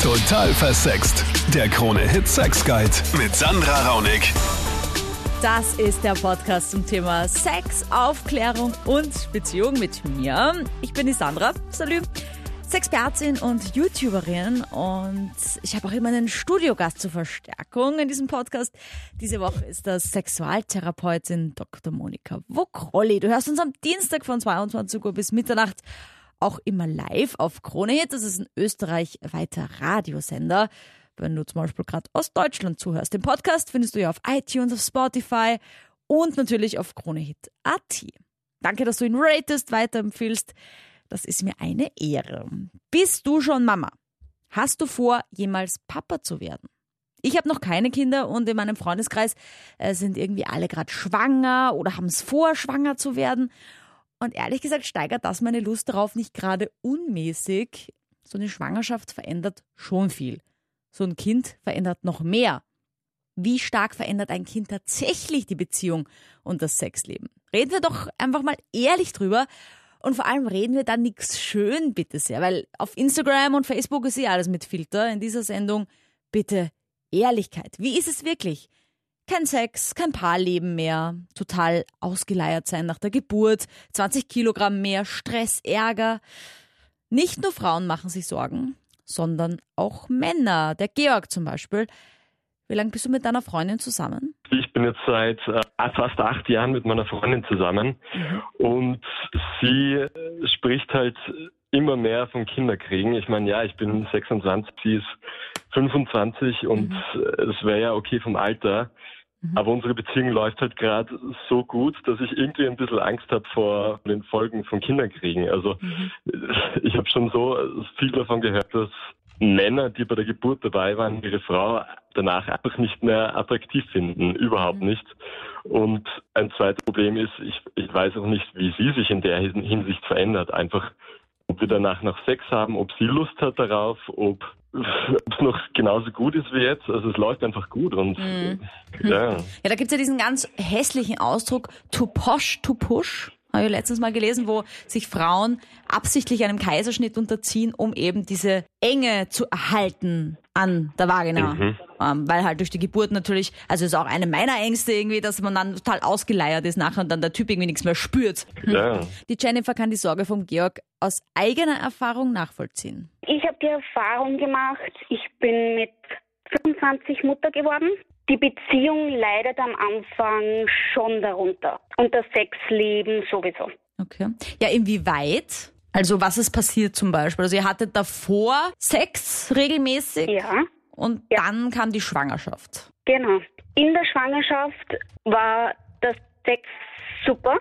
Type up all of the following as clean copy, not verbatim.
Total versext. Der Krone-Hit Sex Guide mit Sandra Raunig. Das ist der Podcast zum Thema Sex, Aufklärung und Beziehung mit mir. Ich bin die Sandra, salut, Sexpertin und YouTuberin und ich habe auch immer einen Studiogast zur Verstärkung in diesem Podcast. Diese Woche ist das Sexualtherapeutin Dr. Monika Wokralli. Du hörst uns am Dienstag von 22 Uhr bis Mitternacht auch immer live auf Krone-Hit. Das ist ein österreichweiter Radiosender. Wenn du zum Beispiel gerade aus Deutschland zuhörst. Den Podcast findest du ja auf iTunes, auf Spotify und natürlich auf KroneHit.at. Danke, dass du ihn ratest, weiterempfiehlst. Das ist mir eine Ehre. Bist du schon Mama? Hast du vor, jemals Papa zu werden? Ich habe noch keine Kinder und in meinem Freundeskreis sind irgendwie alle gerade schwanger oder haben es vor, schwanger zu werden. Und ehrlich gesagt steigert das meine Lust darauf nicht gerade unmäßig. So eine Schwangerschaft verändert schon viel. So ein Kind verändert noch mehr. Wie stark verändert ein Kind tatsächlich die Beziehung und das Sexleben? Reden wir doch einfach mal ehrlich drüber und vor allem reden wir dann nichts schön, bitte sehr, weil auf Instagram und Facebook ist alles mit Filter. In dieser Sendung bitte Ehrlichkeit. Wie ist es wirklich? Kein Sex, kein Paarleben mehr, total ausgeleiert sein nach der Geburt, 20 Kilogramm mehr, Stress, Ärger. Nicht nur Frauen machen sich Sorgen, sondern auch Männer. Der Georg zum Beispiel. Wie lange bist du mit deiner Freundin zusammen? Ich bin jetzt seit fast 8 Jahren mit meiner Freundin zusammen und sie spricht halt immer mehr von Kinderkriegen. Ich meine, ja, ich bin 26, sie ist 25 und es wäre ja okay vom Alter. Aber unsere Beziehung läuft halt gerade so gut, dass ich irgendwie ein bisschen Angst habe vor den Folgen von Kinderkriegen. Also ich habe schon so viel davon gehört, dass Männer, die bei der Geburt dabei waren, ihre Frau danach einfach nicht mehr attraktiv finden. Überhaupt nicht. Und ein zweites Problem ist, ich weiß auch nicht, wie sie sich in der Hinsicht verändert. Einfach, ob wir danach noch Sex haben, ob sie Lust hat darauf, ob es noch genauso gut ist wie jetzt. Also es läuft einfach gut und ja. Ja, da gibt's ja diesen ganz hässlichen Ausdruck to posh to push. Habe ich letztens mal gelesen, wo sich Frauen absichtlich einem Kaiserschnitt unterziehen, um eben diese Enge zu erhalten an der Vagina. Weil halt durch die Geburt natürlich, also ist auch eine meiner Ängste irgendwie, dass man dann total ausgeleiert ist nachher und dann der Typ irgendwie nichts mehr spürt. Ja. Die Jennifer kann die Sorge vom Georg aus eigener Erfahrung nachvollziehen. Ich habe die Erfahrung gemacht, ich bin mit 25 Mutter geworden. Die Beziehung leidet am Anfang schon darunter. Und das Sexleben sowieso. Okay. Ja, inwieweit? Also was ist passiert zum Beispiel? Also ihr hattet davor Sex regelmäßig und dann kam die Schwangerschaft. Genau. In der Schwangerschaft war das Sex super.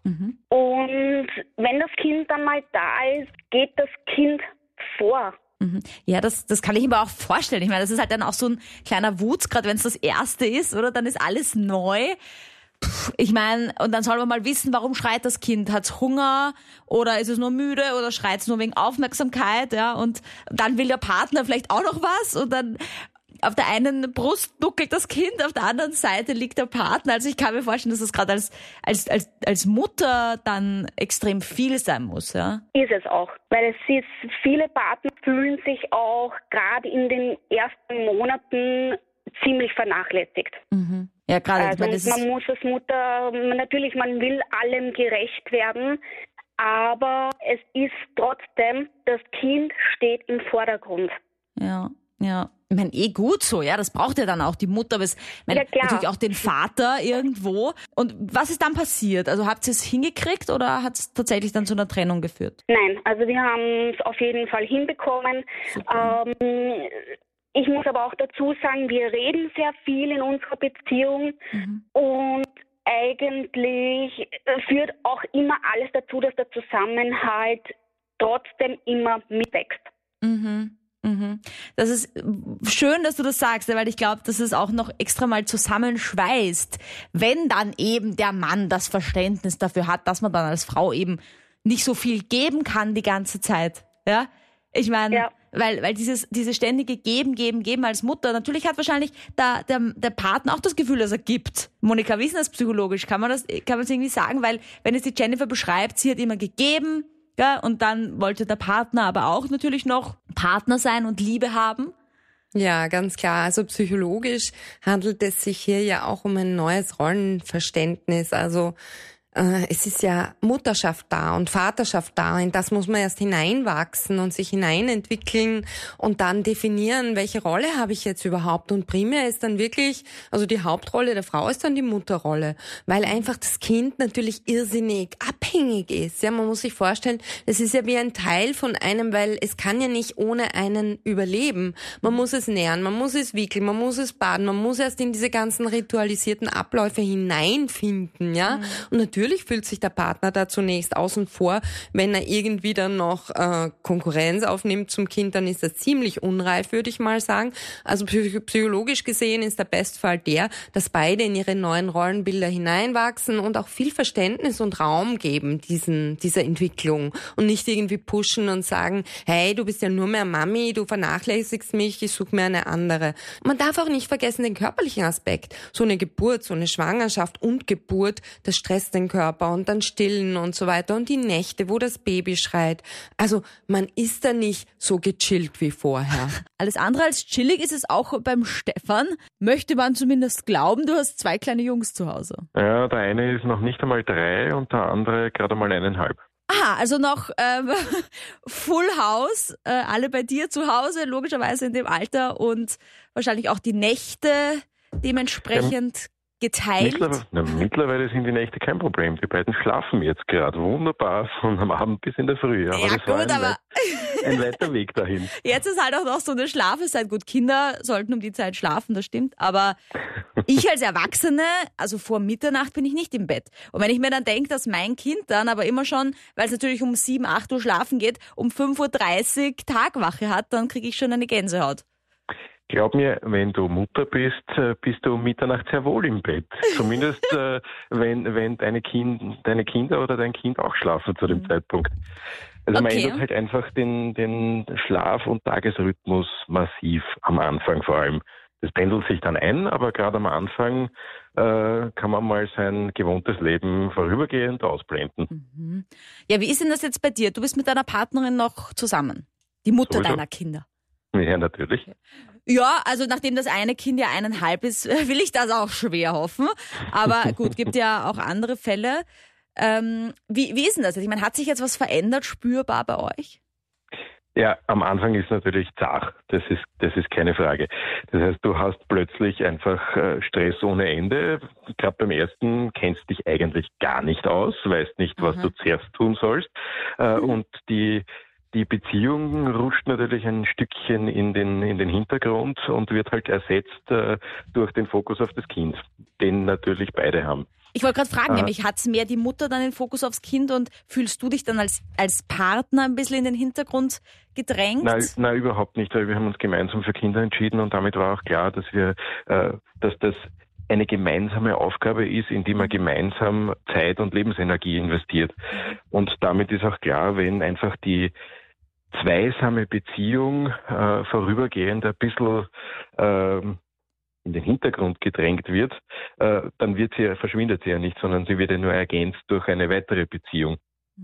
Und wenn das Kind dann mal da ist, geht das Kind vor. Ja, das kann ich mir auch vorstellen. Ich meine, das ist halt dann auch so ein kleiner Wutz, gerade wenn es das erste ist, oder? Dann ist alles neu. Ich meine, und dann soll man mal wissen, warum schreit das Kind? Hat's Hunger oder ist es nur müde oder schreit es nur wegen Aufmerksamkeit? Ja, und dann will der Partner vielleicht auch noch was und dann auf der einen Brust nuckelt das Kind, auf der anderen Seite liegt der Partner. Also ich kann mir vorstellen, dass das gerade als Mutter dann extrem viel sein muss, ja? Ist es auch, weil viele Partner fühlen sich auch gerade in den ersten Monaten ziemlich vernachlässigt. Ja, gerade. Also man muss als Mutter, natürlich, man will allem gerecht werden, aber es ist trotzdem, das Kind steht im Vordergrund. Ja. Ich meine, gut so, ja, das braucht ja dann auch die Mutter, aber natürlich auch den Vater irgendwo. Und was ist dann passiert? Also habt ihr es hingekriegt oder hat es tatsächlich dann zu einer Trennung geführt? Nein, also wir haben es auf jeden Fall hinbekommen. Ich muss aber auch dazu sagen, wir reden sehr viel in unserer Beziehung und eigentlich führt auch immer alles dazu, dass der Zusammenhalt trotzdem immer mitwächst. Das ist schön, dass du das sagst, weil ich glaube, dass es auch noch extra mal zusammenschweißt, wenn dann eben der Mann das Verständnis dafür hat, dass man dann als Frau eben nicht so viel geben kann die ganze Zeit. Ja, ich meine, weil dieses ständige Geben als Mutter, natürlich hat wahrscheinlich der Partner auch das Gefühl, dass er gibt. Monika, wie ist das psychologisch? Kann man das irgendwie sagen? Weil wenn es die Jennifer beschreibt, sie hat immer gegeben, Gell? Und dann wollte der Partner aber auch natürlich noch Partner sein und Liebe haben. Ja, ganz klar. Also psychologisch handelt es sich hier ja auch um ein neues Rollenverständnis. Also es ist ja Mutterschaft da und Vaterschaft da. In das muss man erst hineinwachsen und sich hineinentwickeln und dann definieren, welche Rolle habe ich jetzt überhaupt. Und primär ist dann wirklich, also die Hauptrolle der Frau ist dann die Mutterrolle, weil einfach das Kind natürlich irrsinnig abhängig ist. Ja, man muss sich vorstellen, es ist ja wie ein Teil von einem, weil es kann ja nicht ohne einen überleben. Man muss es nähren, man muss es wickeln, man muss es baden, man muss erst in diese ganzen ritualisierten Abläufe hineinfinden, ja. Und natürlich fühlt sich der Partner da zunächst außen vor. Wenn er irgendwie dann noch Konkurrenz aufnimmt zum Kind, dann ist er ziemlich unreif, würde ich mal sagen. Also psychologisch gesehen ist der Bestfall der, dass beide in ihre neuen Rollenbilder hineinwachsen und auch viel Verständnis und Raum geben dieser Entwicklung und nicht irgendwie pushen und sagen, hey, du bist ja nur mehr Mami, du vernachlässigst mich, ich suche mir eine andere. Man darf auch nicht vergessen den körperlichen Aspekt. So eine Geburt, so eine Schwangerschaft und Geburt, das stresst den Körper und dann Stillen und so weiter und die Nächte, wo das Baby schreit. Also man ist da nicht so gechillt wie vorher. Alles andere als chillig ist es auch beim Stefan. Möchte man zumindest glauben, du hast 2 kleine Jungs zu Hause. Ja, der eine ist noch nicht einmal 3 und der andere gerade mal 1,5. Aha, also noch Full House, alle bei dir zu Hause, logischerweise in dem Alter und wahrscheinlich auch die Nächte dementsprechend geteilt. Mittlerweile sind die Nächte kein Problem. Die beiden schlafen jetzt gerade wunderbar von am Abend bis in der Früh. Aber ja das war ein weiter Weg dahin. Jetzt ist halt auch noch so eine Schlafenszeit. Gut, Kinder sollten um die Zeit schlafen, das stimmt. Aber ich als Erwachsene, also vor Mitternacht bin ich nicht im Bett. Und wenn ich mir dann denke, dass mein Kind dann aber immer schon, weil es natürlich um 7, 8 Uhr schlafen geht, um 5:30 Uhr Tagwache hat, dann kriege ich schon eine Gänsehaut. Glaub mir, wenn du Mutter bist, bist du um Mitternacht sehr wohl im Bett. Zumindest wenn deine Kinder oder dein Kind auch schlafen zu dem Zeitpunkt. Also man ändert halt einfach den Schlaf- und Tagesrhythmus massiv am Anfang vor allem. Das pendelt sich dann ein, aber gerade am Anfang kann man mal sein gewohntes Leben vorübergehend ausblenden. Mhm. Ja, wie ist denn das jetzt bei dir? Du bist mit deiner Partnerin noch zusammen, die Mutter deiner Kinder. Ja, natürlich. Ja, also nachdem das eine Kind ja 1,5 ist, will ich das auch schwer hoffen. Aber gut, gibt ja auch andere Fälle. Wie ist denn das? Ich meine, hat sich jetzt was verändert, spürbar bei euch? Ja, am Anfang ist natürlich zart. Das ist keine Frage. Das heißt, du hast plötzlich einfach Stress ohne Ende. Gerade beim ersten kennst dich eigentlich gar nicht aus, weißt nicht, was du zuerst tun sollst. Und die Beziehung rutscht natürlich ein Stückchen in den Hintergrund und wird halt ersetzt durch den Fokus auf das Kind, den natürlich beide haben. Ich wollte gerade fragen, nämlich hat es mehr die Mutter dann den Fokus aufs Kind und fühlst du dich dann als Partner ein bisschen in den Hintergrund gedrängt? Nein, überhaupt nicht, weil wir haben uns gemeinsam für Kinder entschieden und damit war auch klar, dass das eine gemeinsame Aufgabe ist, in die man gemeinsam Zeit und Lebensenergie investiert. Und damit ist auch klar, wenn einfach die zweisame Beziehung vorübergehend ein bisschen in den Hintergrund gedrängt wird, dann verschwindet sie ja nicht, sondern sie wird ja nur ergänzt durch eine weitere Beziehung.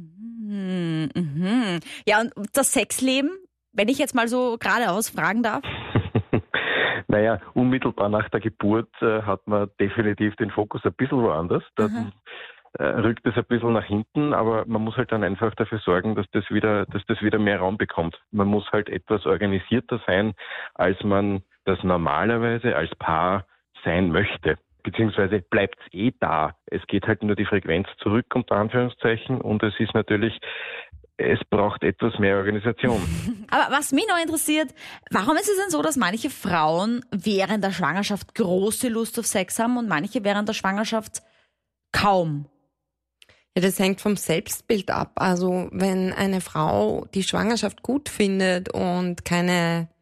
Mhm. Ja, und das Sexleben, wenn ich jetzt mal so geradeaus fragen darf? Naja, unmittelbar nach der Geburt hat man definitiv den Fokus ein bisschen woanders. Dann rückt es ein bisschen nach hinten, aber man muss halt dann einfach dafür sorgen, dass das wieder mehr Raum bekommt. Man muss halt etwas organisierter sein, als man das normalerweise als Paar sein möchte. Beziehungsweise bleibt es da. Es geht halt nur die Frequenz zurück, unter Anführungszeichen, und es braucht etwas mehr Organisation. Aber was mich noch interessiert, warum ist es denn so, dass manche Frauen während der Schwangerschaft große Lust auf Sex haben und manche während der Schwangerschaft kaum? Ja, das hängt vom Selbstbild ab. Also wenn eine Frau die Schwangerschaft gut findet und keine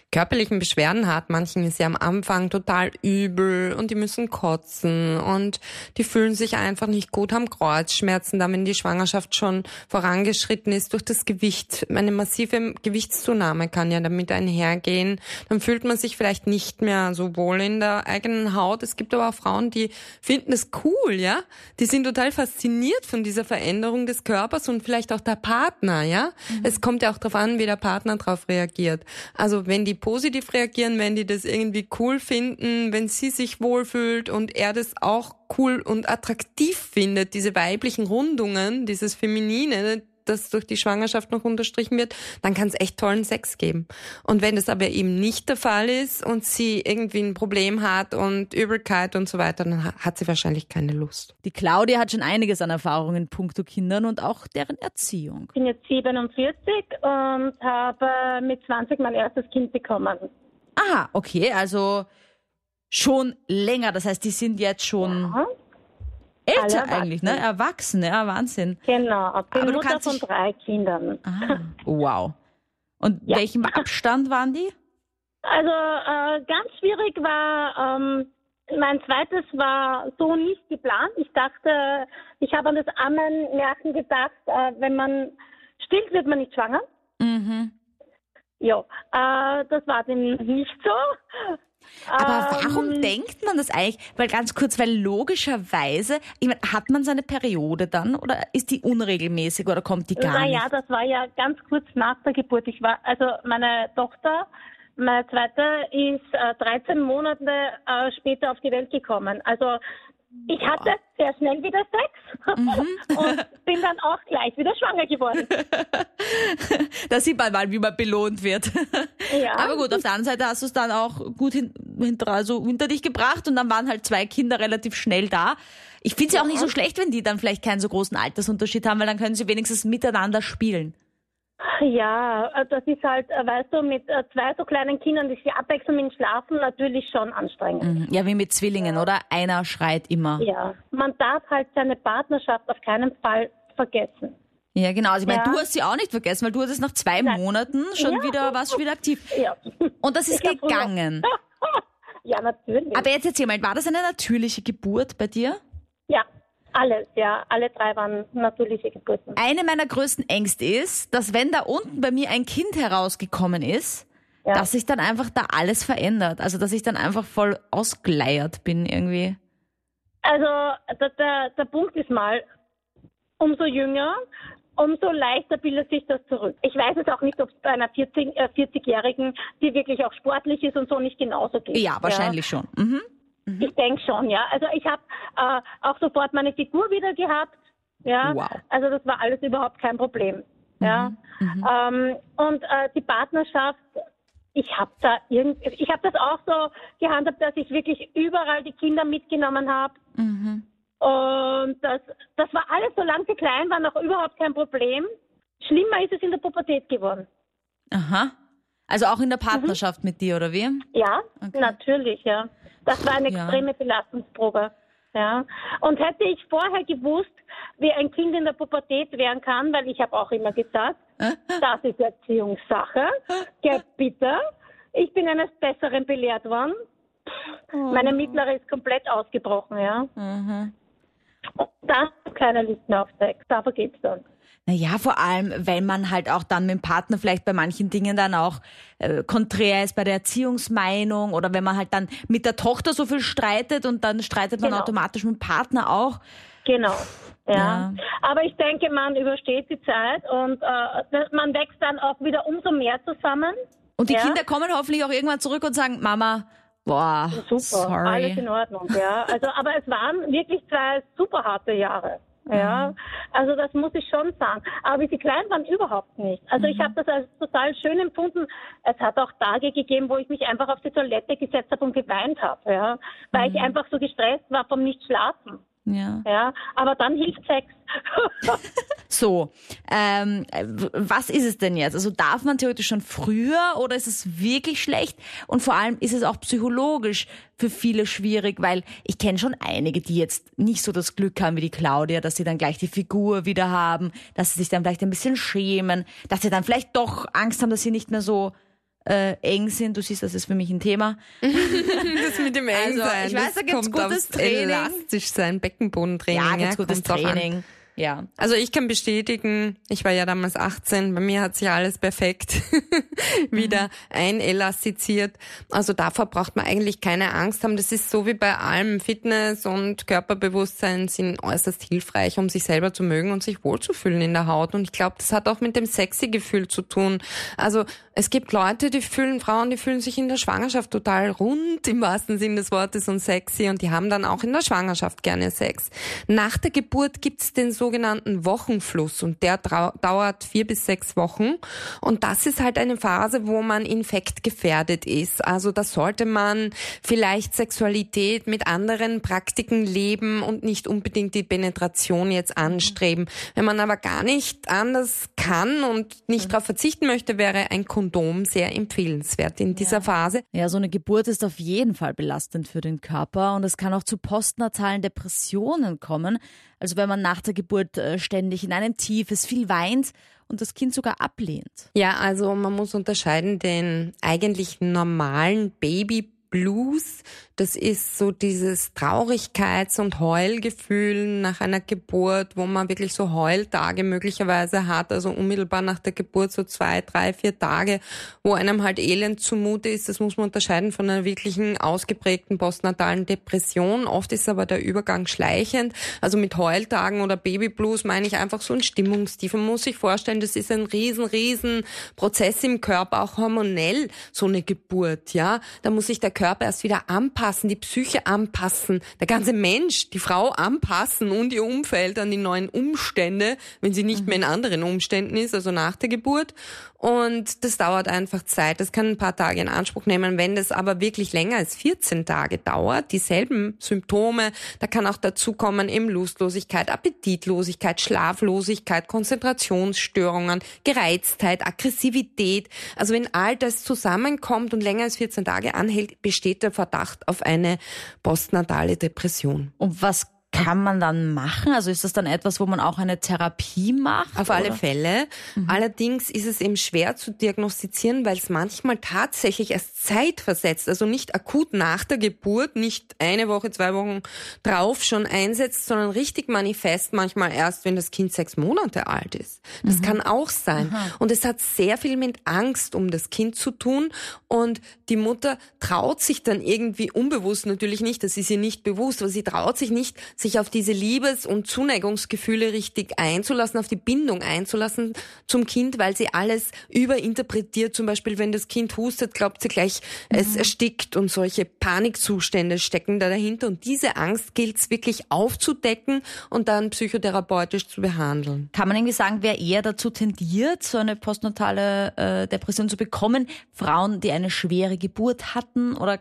körperlichen Beschwerden hat. Manchen ist ja am Anfang total übel und die müssen kotzen und die fühlen sich einfach nicht gut, haben Kreuzschmerzen, dann wenn die Schwangerschaft schon vorangeschritten ist durch das Gewicht. Eine massive Gewichtszunahme kann ja damit einhergehen. Dann fühlt man sich vielleicht nicht mehr so wohl in der eigenen Haut. Es gibt aber auch Frauen, die finden das cool, ja. Die sind total fasziniert von dieser Veränderung des Körpers und vielleicht auch der Partner, ja. Es kommt ja auch darauf an, wie der Partner darauf reagiert. Also wenn die positiv reagieren, wenn die das irgendwie cool finden, wenn sie sich wohlfühlt und er das auch cool und attraktiv findet, diese weiblichen Rundungen, dieses Feminine, das durch die Schwangerschaft noch unterstrichen wird, dann kann es echt tollen Sex geben. Und wenn das aber eben nicht der Fall ist und sie irgendwie ein Problem hat und Übelkeit und so weiter, dann hat sie wahrscheinlich keine Lust. Die Claudia hat schon einiges an Erfahrungen in puncto Kindern und auch deren Erziehung. Ich bin jetzt 47 und habe mit 20 mein erstes Kind bekommen. Aha, okay, also schon länger. Das heißt, die sind jetzt schon älter eigentlich, ne? Erwachsene, ja, Wahnsinn. Genau, ich bin Aber Mutter von 3 Kindern. Ah, wow. Und welchem Abstand waren die? Also ganz schwierig war, mein zweites war so nicht geplant. Ich dachte, ich habe an das Ammenmärchen gedacht, wenn man stillt, wird man nicht schwanger. Mhm. Ja, das war dem nicht so. Aber warum denkt man das eigentlich? Weil ganz kurz, weil logischerweise, ich meine, hat man seine Periode dann oder ist die unregelmäßig oder kommt die gar nicht? Naja, das war ja ganz kurz nach der Geburt. Meine Tochter, meine zweite, ist 13 Monate später auf die Welt gekommen. Also ich hatte sehr schnell wieder Sex und bin dann auch gleich wieder schwanger geworden. Da sieht man mal, wie man belohnt wird. Ja. Aber gut, auf der anderen Seite hast du es dann auch gut hinter dich gebracht und dann waren halt 2 Kinder relativ schnell da. Ich finde es ja auch nicht so schlecht, wenn die dann vielleicht keinen so großen Altersunterschied haben, weil dann können sie wenigstens miteinander spielen. Ja, das ist halt, weißt du, mit 2 so kleinen Kindern, die sich abwechseln mit dem Schlafen, natürlich schon anstrengend. Ja, wie mit Zwillingen, oder? Einer schreit immer. Ja, man darf halt seine Partnerschaft auf keinen Fall vergessen. Ja, genau. Also ich meine, du hast sie auch nicht vergessen, weil du hattest nach 2 Monaten warst schon wieder aktiv. Ja. Und das ist gegangen. Ja, natürlich. Aber jetzt erzähl mal, war das eine natürliche Geburt bei dir? Ja. Alles, ja. Alle 3 waren natürliche Geburten. Eine meiner größten Ängste ist, dass wenn da unten bei mir ein Kind herausgekommen ist, dass sich dann einfach da alles verändert. Also, dass ich dann einfach voll ausgeleiert bin irgendwie. Also, der Punkt ist mal, umso jünger, umso leichter bildet sich das zurück. Ich weiß es auch nicht, ob es bei einer 40-Jährigen, die wirklich auch sportlich ist und so, nicht genauso geht. Ja, wahrscheinlich schon. Mhm. Ich denke schon, ja. Also ich habe auch sofort meine Figur wieder gehabt. Ja. Wow. Also das war alles überhaupt kein Problem. Ja. Und die Partnerschaft, ich habe das auch so gehandhabt, dass ich wirklich überall die Kinder mitgenommen habe. Und das war alles, solange sie klein waren, noch überhaupt kein Problem. Schlimmer ist es in der Pubertät geworden. Aha. Also auch in der Partnerschaft mit dir, oder wie? Ja, natürlich, ja. Das war eine extreme Belastungsprobe. Ja. Und hätte ich vorher gewusst, wie ein Kind in der Pubertät werden kann, weil ich habe auch immer gesagt, das ist Erziehungssache. Geh bitte. Ich bin eines Besseren belehrt worden. Meine Mittlere ist komplett ausgebrochen, ja. Und dann keine Lust mehr auf Sex. Da vergeht's dann. Naja, vor allem, weil man halt auch dann mit dem Partner vielleicht bei manchen Dingen dann auch konträr ist bei der Erziehungsmeinung oder wenn man halt dann mit der Tochter so viel streitet und dann streitet man automatisch mit dem Partner auch. Genau, ja. Aber ich denke, man übersteht die Zeit und man wächst dann auch wieder umso mehr zusammen. Und die Kinder kommen hoffentlich auch irgendwann zurück und sagen, Mama, boah, super, sorry. Alles in Ordnung, ja. Also, aber es waren wirklich 2 super harte Jahre. Ja, also das muss ich schon sagen. Aber wie sie klein waren, überhaupt nicht. Also ich habe das als total schön empfunden. Es hat auch Tage gegeben, wo ich mich einfach auf die Toilette gesetzt habe und geweint habe, ja, weil ich einfach so gestresst war vom Nicht-Schlafen. Ja, aber dann hilft Sex. So, was ist es denn jetzt? Also darf man theoretisch schon früher oder ist es wirklich schlecht? Und vor allem ist es auch psychologisch für viele schwierig, weil ich kenne schon einige, die jetzt nicht so das Glück haben wie die Claudia, dass sie dann gleich die Figur wieder haben, dass sie sich dann vielleicht ein bisschen schämen, dass sie dann vielleicht doch Angst haben, dass sie nicht mehr so eng sind. Du siehst, das ist für mich ein Thema. Das mit dem Engsein. Also, ich weiß, da gibt's gutes Training. Elastisch sein, Beckenbodentraining. Ja, gibt's gutes Training. Ja. Also ich kann bestätigen, ich war ja damals 18, bei mir hat sich alles perfekt wieder einelastiziert. Also davor braucht man eigentlich keine Angst haben. Das ist so wie bei allem. Fitness und Körperbewusstsein sind äußerst hilfreich, um sich selber zu mögen und sich wohlzufühlen in der Haut. Und ich glaube, das hat auch mit dem sexy Gefühl zu tun. Also es gibt Leute, Frauen, die fühlen sich in der Schwangerschaft total rund, im wahrsten Sinn des Wortes, und sexy, und die haben dann auch in der Schwangerschaft gerne Sex. Nach der Geburt gibt's den sogenannten Wochenfluss, und der dauert 4 bis 6 Wochen, und das ist halt eine Phase, wo man infektgefährdet ist. Also da sollte man vielleicht Sexualität mit anderen Praktiken leben und nicht unbedingt die Penetration jetzt anstreben. Wenn man aber gar nicht anders kann und nicht darauf verzichten möchte, wäre ein Kondom sehr empfehlenswert in dieser Phase. Ja, so eine Geburt ist auf jeden Fall belastend für den Körper, und es kann auch zu postnatalen Depressionen kommen. Also wenn man nach der Geburt ständig in einem Tief ist, viel weint und das Kind sogar ablehnt. Ja, also man muss unterscheiden den eigentlich normalen Baby-Blues. Das ist so dieses Traurigkeits- und Heulgefühl nach einer Geburt, wo man wirklich so Heultage möglicherweise hat, also unmittelbar nach der Geburt so 2, 3, 4 Tage, wo einem halt elend zumute ist. Das muss man unterscheiden von einer wirklichen ausgeprägten postnatalen Depression. Oft ist aber der Übergang schleichend. Also mit Heultagen oder Babyblues meine ich einfach so ein Stimmungstief. Man muss sich vorstellen, das ist ein riesen Prozess im Körper, auch hormonell, so eine Geburt, ja. Da muss sich der Körper erst wieder anpassen, die Psyche anpassen, der ganze Mensch, die Frau anpassen und ihr Umfeld an die neuen Umstände, wenn sie nicht mehr in anderen Umständen ist, also nach der Geburt. Und das dauert einfach Zeit. Das kann ein paar Tage in Anspruch nehmen. Wenn das aber wirklich länger als 14 Tage dauert, dieselben Symptome, da kann auch dazu kommen eben Lustlosigkeit, Appetitlosigkeit, Schlaflosigkeit, Konzentrationsstörungen, Gereiztheit, Aggressivität. Also wenn all das zusammenkommt und länger als 14 Tage anhält, besteht der Verdacht auf eine postnatale Depression. Und was kann man dann machen? Also ist das dann etwas, wo man auch eine Therapie macht? Auf alle Fälle. Allerdings ist es eben schwer zu diagnostizieren, weil es manchmal tatsächlich erst zeitversetzt, also nicht akut nach der Geburt, nicht 1 Woche, 2 Wochen drauf schon einsetzt, sondern richtig manifest manchmal erst, wenn das Kind 6 Monate alt ist. Das kann auch sein. Und es hat sehr viel mit Angst um das Kind zu tun, und die Mutter traut sich dann irgendwie unbewusst, natürlich nicht, das ist ihr nicht bewusst, aber sie traut sich nicht, sich auf diese Liebes- und Zuneigungsgefühle richtig einzulassen, auf die Bindung einzulassen zum Kind, weil sie alles überinterpretiert. Zum Beispiel, wenn das Kind hustet, glaubt sie gleich, es erstickt, und solche Panikzustände stecken da dahinter. Und diese Angst gilt es wirklich aufzudecken und dann psychotherapeutisch zu behandeln. Kann man irgendwie sagen, wer eher dazu tendiert, so eine postnatale Depression zu bekommen? Frauen, die eine schwere Geburt hatten, oder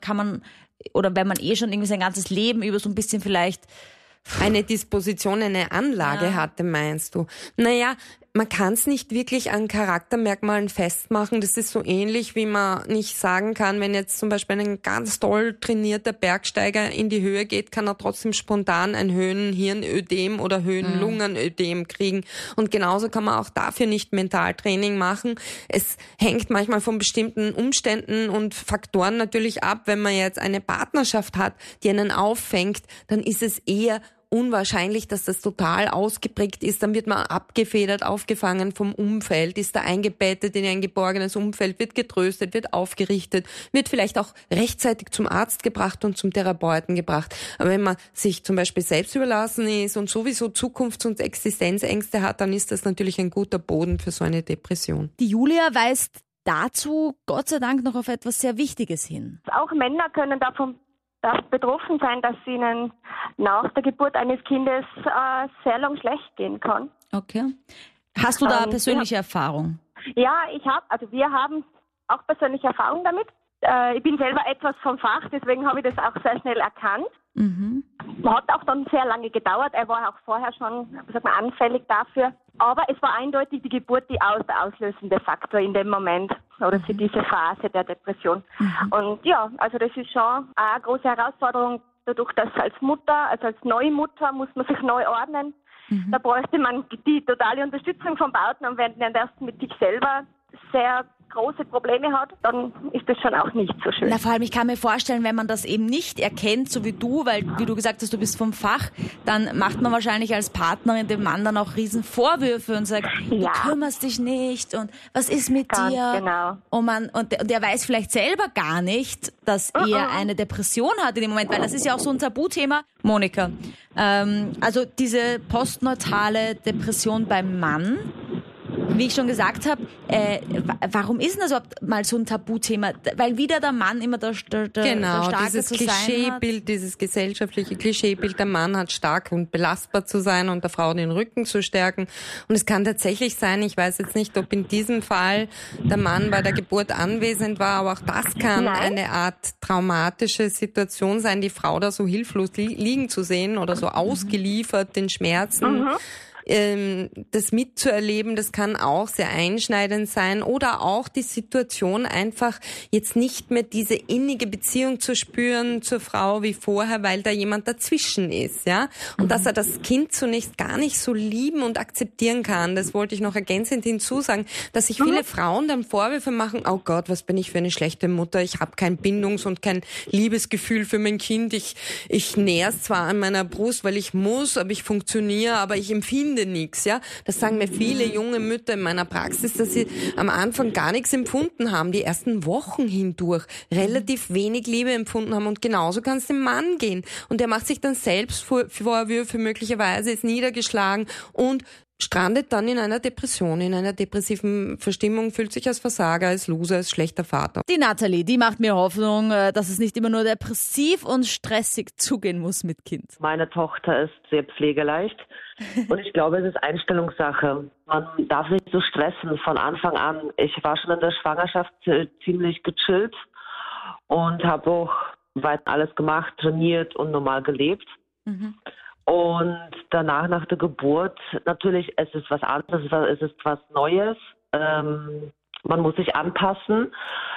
wenn man schon irgendwie sein ganzes Leben über so ein bisschen vielleicht eine Disposition, eine Anlage hatte, meinst du? Naja, man kann es nicht wirklich an Charaktermerkmalen festmachen. Das ist so ähnlich, wie man nicht sagen kann, wenn jetzt zum Beispiel ein ganz toll trainierter Bergsteiger in die Höhe geht, kann er trotzdem spontan ein Höhenhirnödem oder Höhenlungenödem kriegen. Und genauso kann man auch dafür nicht Mentaltraining machen. Es hängt manchmal von bestimmten Umständen und Faktoren natürlich ab. Wenn man jetzt eine Partnerschaft hat, die einen auffängt, dann ist es eher unwahrscheinlich, dass das total ausgeprägt ist. Dann wird man abgefedert, aufgefangen vom Umfeld, ist da eingebettet in ein geborgenes Umfeld, wird getröstet, wird aufgerichtet, wird vielleicht auch rechtzeitig zum Arzt gebracht und zum Therapeuten gebracht. Aber wenn man sich zum Beispiel selbst überlassen ist und sowieso Zukunfts- und Existenzängste hat, dann ist das natürlich ein guter Boden für so eine Depression. Die Julia weist dazu Gott sei Dank noch auf etwas sehr Wichtiges hin. Auch Männer können davon betroffen sein, dass es ihnen nach der Geburt eines Kindes sehr lang schlecht gehen kann. Okay. Hast du da persönliche Erfahrung? Ja, wir haben auch persönliche Erfahrung damit. Ich bin selber etwas vom Fach, deswegen habe ich das auch sehr schnell erkannt. Hat auch dann sehr lange gedauert. Er war auch vorher schon, anfällig dafür. Aber es war eindeutig die Geburt der auslösende Faktor in dem Moment oder für diese Phase der Depression. Und ja, also das ist schon eine große Herausforderung, dadurch, dass als Mutter, also als neue Mutter, muss man sich neu ordnen. Da bräuchte man die totale Unterstützung vom Partner, und wenn man erst mit sich selber sehr große Probleme hat, dann ist das schon auch nicht so schön. Na, vor allem, ich kann mir vorstellen, wenn man das eben nicht erkennt, so wie du, weil, wie du gesagt hast, du bist vom Fach, dann macht man wahrscheinlich als Partnerin dem Mann dann auch riesen Vorwürfe und sagt, du kümmerst dich nicht und was ist mit dir? Genau. Und der weiß vielleicht selber gar nicht, dass er eine Depression hat in dem Moment, weil das ist ja auch so ein Tabuthema. Monika, also diese postnautale Depression beim Mann, wie ich schon gesagt habe, warum ist denn das überhaupt mal so ein Tabuthema? Weil wieder der Mann immer der Starke dieses zu sein hat. Klischeebild, dieses gesellschaftliche Klischeebild, der Mann hat stark und belastbar zu sein und der Frau den Rücken zu stärken. Und es kann tatsächlich sein, ich weiß jetzt nicht, ob in diesem Fall der Mann bei der Geburt anwesend war, aber auch das kann eine Art traumatische Situation sein, die Frau da so hilflos liegen zu sehen oder so ausgeliefert den Schmerzen. Das mitzuerleben, das kann auch sehr einschneidend sein oder auch die Situation einfach jetzt nicht mehr diese innige Beziehung zu spüren zur Frau wie vorher, weil da jemand dazwischen ist, ja. Und dass er das Kind zunächst gar nicht so lieben und akzeptieren kann, das wollte ich noch ergänzend hinzusagen, dass sich viele Frauen dann Vorwürfe machen, oh Gott, was bin ich für eine schlechte Mutter, ich habe kein Bindungs- und kein Liebesgefühl für mein Kind, ich nähe es zwar an meiner Brust, weil ich muss, aber ich funktioniere, aber ich empfinde nichts, ja. Das sagen mir viele junge Mütter in meiner Praxis, dass sie am Anfang gar nichts empfunden haben, die ersten Wochen hindurch relativ wenig Liebe empfunden haben und genauso kann es dem Mann gehen. Und der macht sich dann selbst Vorwürfe, möglicherweise ist niedergeschlagen und strandet dann in einer Depression, in einer depressiven Verstimmung, fühlt sich als Versager, als Loser, als schlechter Vater. Die Nathalie, die macht mir Hoffnung, dass es nicht immer nur depressiv und stressig zugehen muss mit Kind. Meine Tochter ist sehr pflegeleicht und ich glaube, es ist Einstellungssache. Man darf nicht so stressen von Anfang an. Ich war schon in der Schwangerschaft ziemlich gechillt und habe auch weit alles gemacht, trainiert und normal gelebt. Und danach, nach der Geburt, natürlich, es ist was anderes, es ist was Neues. Man muss sich anpassen.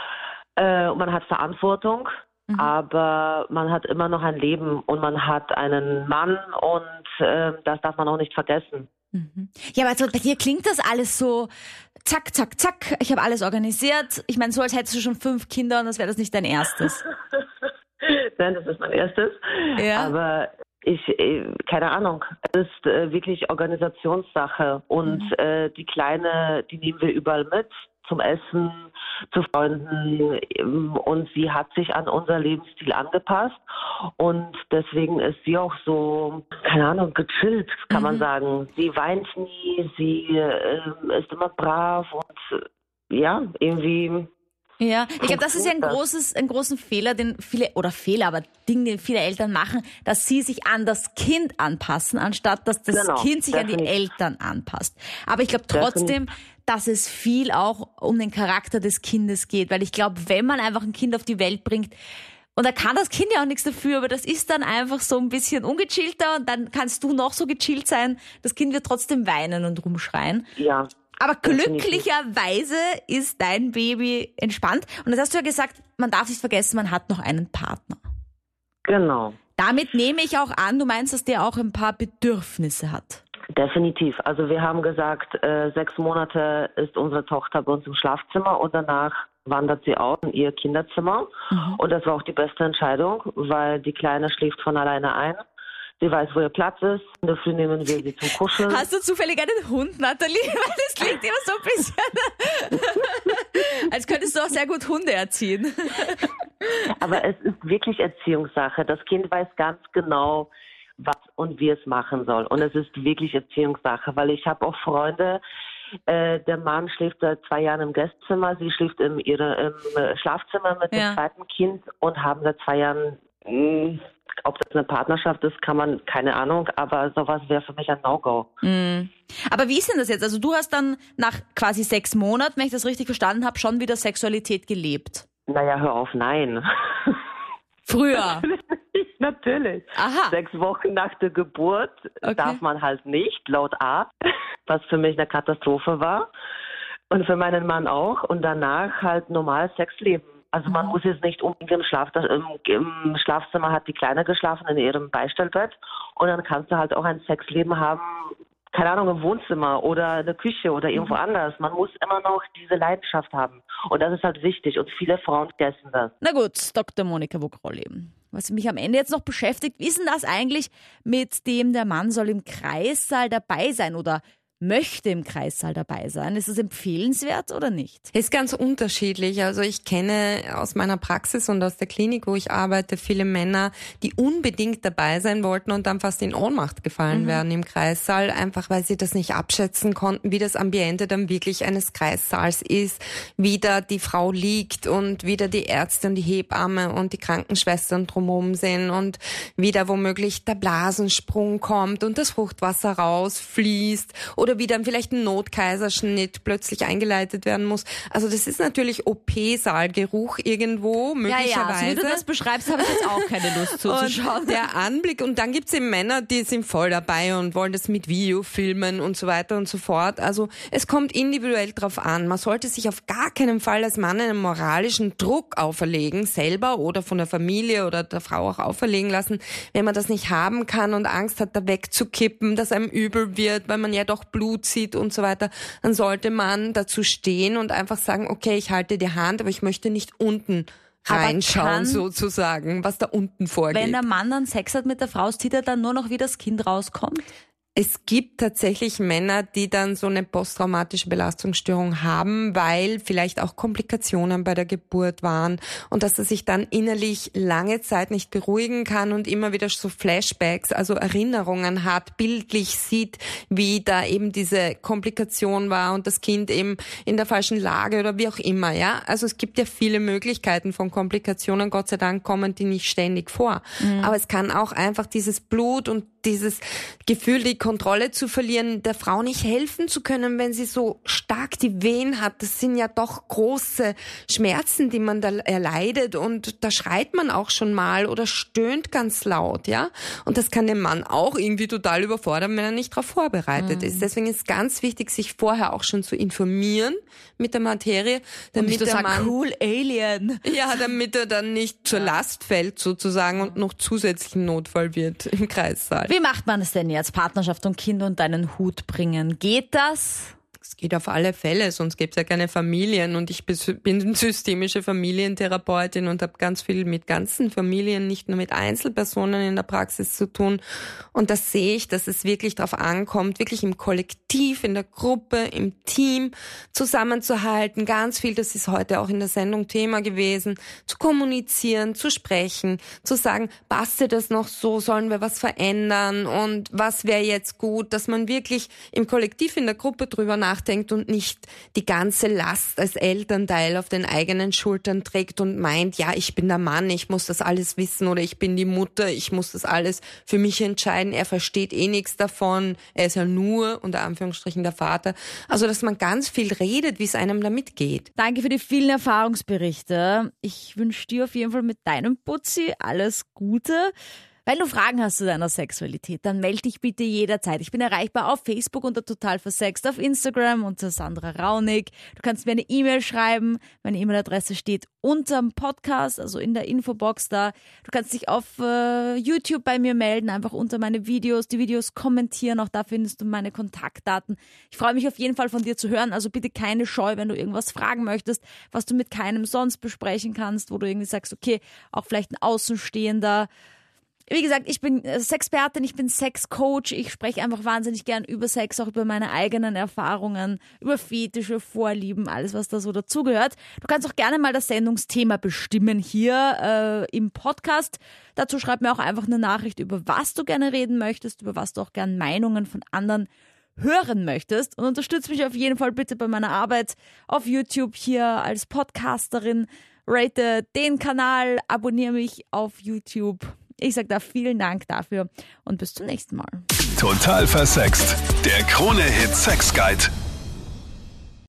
Man hat Verantwortung, aber man hat immer noch ein Leben und man hat einen Mann und das darf man auch nicht vergessen. Ja, aber also bei dir klingt das alles so zack, zack, zack. Ich habe alles organisiert. Ich meine, so als hättest du schon 5 Kinder und das wäre das nicht dein erstes. Nein, das ist mein erstes. Ja. Aber keine Ahnung, es ist wirklich Organisationssache und die Kleine, die nehmen wir überall mit, zum Essen, zu Freunden und sie hat sich an unser Lebensstil angepasst und deswegen ist sie auch so, keine Ahnung, gechillt, kann man sagen. Sie weint nie, sie ist immer brav und irgendwie... Ja, ich glaube, das ist ja ein großen Fehler, den Dinge viele Eltern machen, dass sie sich an das Kind anpassen, anstatt dass das Kind sich an die Eltern anpasst. Aber ich glaube trotzdem, dass es viel auch um den Charakter des Kindes geht, weil ich glaube, wenn man einfach ein Kind auf die Welt bringt, und da kann das Kind ja auch nichts dafür, aber das ist dann einfach so ein bisschen ungechillter und dann kannst du noch so gechillt sein, das Kind wird trotzdem weinen und rumschreien. Ja. Aber glücklicherweise ist dein Baby entspannt. Und das hast du ja gesagt, man darf nicht vergessen, man hat noch einen Partner. Genau. Damit nehme ich auch an, du meinst, dass der auch ein paar Bedürfnisse hat. Definitiv. Also wir haben gesagt, 6 Monate ist unsere Tochter bei uns im Schlafzimmer und danach wandert sie aus in ihr Kinderzimmer. Und das war auch die beste Entscheidung, weil die Kleine schläft von alleine ein. Sie weiß, wo ihr Platz ist. In der Früh nehmen wir sie zum Kuscheln. Hast du zufällig einen Hund, Nathalie? Weil das klingt immer so ein bisschen, als könntest du auch sehr gut Hunde erziehen. Aber es ist wirklich Erziehungssache. Das Kind weiß ganz genau, was und wie es machen soll. Und es ist wirklich Erziehungssache, weil ich habe auch Freunde, der Mann schläft seit 2 Jahren im Gästezimmer, sie schläft im Schlafzimmer mit dem zweiten Kind und haben seit 2 Jahren... Ob das eine Partnerschaft ist, keine Ahnung, aber sowas wäre für mich ein No-Go. Aber wie ist denn das jetzt? Also du hast dann nach quasi 6 Monaten, wenn ich das richtig verstanden habe, schon wieder Sexualität gelebt. Naja, hör auf, nein. Früher? Natürlich. Aha. 6 Wochen nach der Geburt darf man halt nicht, laut Arzt, was für mich eine Katastrophe war. Und für meinen Mann auch. Und danach halt normal Sexleben. Also man muss jetzt nicht unbedingt im Schlafzimmer hat die Kleine geschlafen in ihrem Beistellbett und dann kannst du halt auch ein Sexleben haben keine Ahnung, im Wohnzimmer oder in der Küche oder irgendwo anders. Man muss immer noch diese Leidenschaft haben. Und das ist halt wichtig. Und viele Frauen vergessen das. Na gut, Dr. Monika Vogrolli. Was mich am Ende jetzt noch beschäftigt, wie ist denn das eigentlich mit dem, der Mann soll im Kreissaal dabei sein oder möchte im Kreissaal dabei sein? Ist das empfehlenswert oder nicht? Ist ganz unterschiedlich. Also ich kenne aus meiner Praxis und aus der Klinik, wo ich arbeite, viele Männer, die unbedingt dabei sein wollten und dann fast in Ohnmacht gefallen werden im Kreissaal, einfach weil sie das nicht abschätzen konnten, wie das Ambiente dann wirklich eines Kreissaals ist, wie da die Frau liegt und wie da die Ärzte und die Hebamme und die Krankenschwestern drumherum sind und wie da womöglich der Blasensprung kommt und das Fruchtwasser rausfließt oder wie dann vielleicht ein Notkaiserschnitt plötzlich eingeleitet werden muss. Also das ist natürlich OP-Saalgeruch irgendwo, möglicherweise. Ja, so wie du das beschreibst, habe ich jetzt auch keine Lust zuzuschauen. Und der Anblick, und dann gibt's eben Männer, die sind voll dabei und wollen das mit Video filmen und so weiter und so fort. Also es kommt individuell drauf an. Man sollte sich auf gar keinen Fall als Mann einen moralischen Druck auferlegen, selber oder von der Familie oder der Frau auch auferlegen lassen, wenn man das nicht haben kann und Angst hat, da wegzukippen, dass einem übel wird, weil man ja doch Blut sieht und so weiter, dann sollte man dazu stehen und einfach sagen, okay, ich halte die Hand, aber ich möchte nicht unten reinschauen sozusagen, was da unten vorgeht. Wenn der Mann dann Sex hat mit der Frau, sieht er dann nur noch, wie das Kind rauskommt? Es gibt tatsächlich Männer, die dann so eine posttraumatische Belastungsstörung haben, weil vielleicht auch Komplikationen bei der Geburt waren und dass er sich dann innerlich lange Zeit nicht beruhigen kann und immer wieder so Flashbacks, also Erinnerungen hat, bildlich sieht, wie da eben diese Komplikation war und das Kind eben in der falschen Lage oder wie auch immer, ja. Also es gibt ja viele Möglichkeiten von Komplikationen, Gott sei Dank kommen die nicht ständig vor. Aber es kann auch einfach dieses Blut und dieses Gefühl, die Kontrolle zu verlieren, der Frau nicht helfen zu können, wenn sie so stark die Wehen hat. Das sind ja doch große Schmerzen, die man da erleidet und da schreit man auch schon mal oder stöhnt ganz laut, ja. Und das kann den Mann auch irgendwie total überfordern, wenn er nicht darauf vorbereitet ist. Deswegen ist ganz wichtig, sich vorher auch schon zu informieren mit der Materie, damit der Mann cool Alien. Ja, damit er dann nicht zur Last fällt sozusagen und noch zusätzlichen Notfall wird im Kreissaal. Wie macht man es denn jetzt? Partnerschaft und Kind unter einen Hut bringen. Geht das? Es geht auf alle Fälle, sonst gäbe es ja keine Familien. Und ich bin systemische Familientherapeutin und habe ganz viel mit ganzen Familien, nicht nur mit Einzelpersonen in der Praxis zu tun. Und das sehe ich, dass es wirklich darauf ankommt, wirklich im Kollektiv, in der Gruppe, im Team zusammenzuhalten. Ganz viel, das ist heute auch in der Sendung Thema gewesen, zu kommunizieren, zu sprechen, zu sagen, passt dir das noch so, sollen wir was verändern und was wäre jetzt gut, dass man wirklich im Kollektiv, in der Gruppe drüber nachdenkt und nicht die ganze Last als Elternteil auf den eigenen Schultern trägt und meint, ja, ich bin der Mann, ich muss das alles wissen oder ich bin die Mutter, ich muss das alles für mich entscheiden, er versteht eh nichts davon, er ist ja nur, unter Anführungsstrichen, der Vater. Also, dass man ganz viel redet, wie es einem damit geht. Danke für die vielen Erfahrungsberichte. Ich wünsche dir auf jeden Fall mit deinem Putzi alles Gute. Wenn du Fragen hast zu deiner Sexualität, dann melde dich bitte jederzeit. Ich bin erreichbar auf Facebook unter Total Versext, auf Instagram unter Sandra Raunig. Du kannst mir eine E-Mail schreiben. Meine E-Mail-Adresse steht unterm Podcast, also in der Infobox da. Du kannst dich auf YouTube bei mir melden, einfach unter meine Videos, die Videos kommentieren. Auch da findest du meine Kontaktdaten. Ich freue mich auf jeden Fall von dir zu hören. Also bitte keine Scheu, wenn du irgendwas fragen möchtest, was du mit keinem sonst besprechen kannst, wo du irgendwie sagst, okay, auch vielleicht ein Außenstehender. Wie gesagt, ich bin Sexpertin, ich bin Sexcoach, ich spreche einfach wahnsinnig gern über Sex, auch über meine eigenen Erfahrungen, über Fetische, Vorlieben, alles was da so dazugehört. Du kannst auch gerne mal das Sendungsthema bestimmen hier im Podcast. Dazu schreib mir auch einfach eine Nachricht, über was du gerne reden möchtest, über was du auch gern Meinungen von anderen hören möchtest und unterstütze mich auf jeden Fall bitte bei meiner Arbeit auf YouTube hier als Podcasterin. Rate den Kanal, abonniere mich auf YouTube. Ich sage da vielen Dank dafür und bis zum nächsten Mal. Total versext. Der Krone-Hit Sex Guide.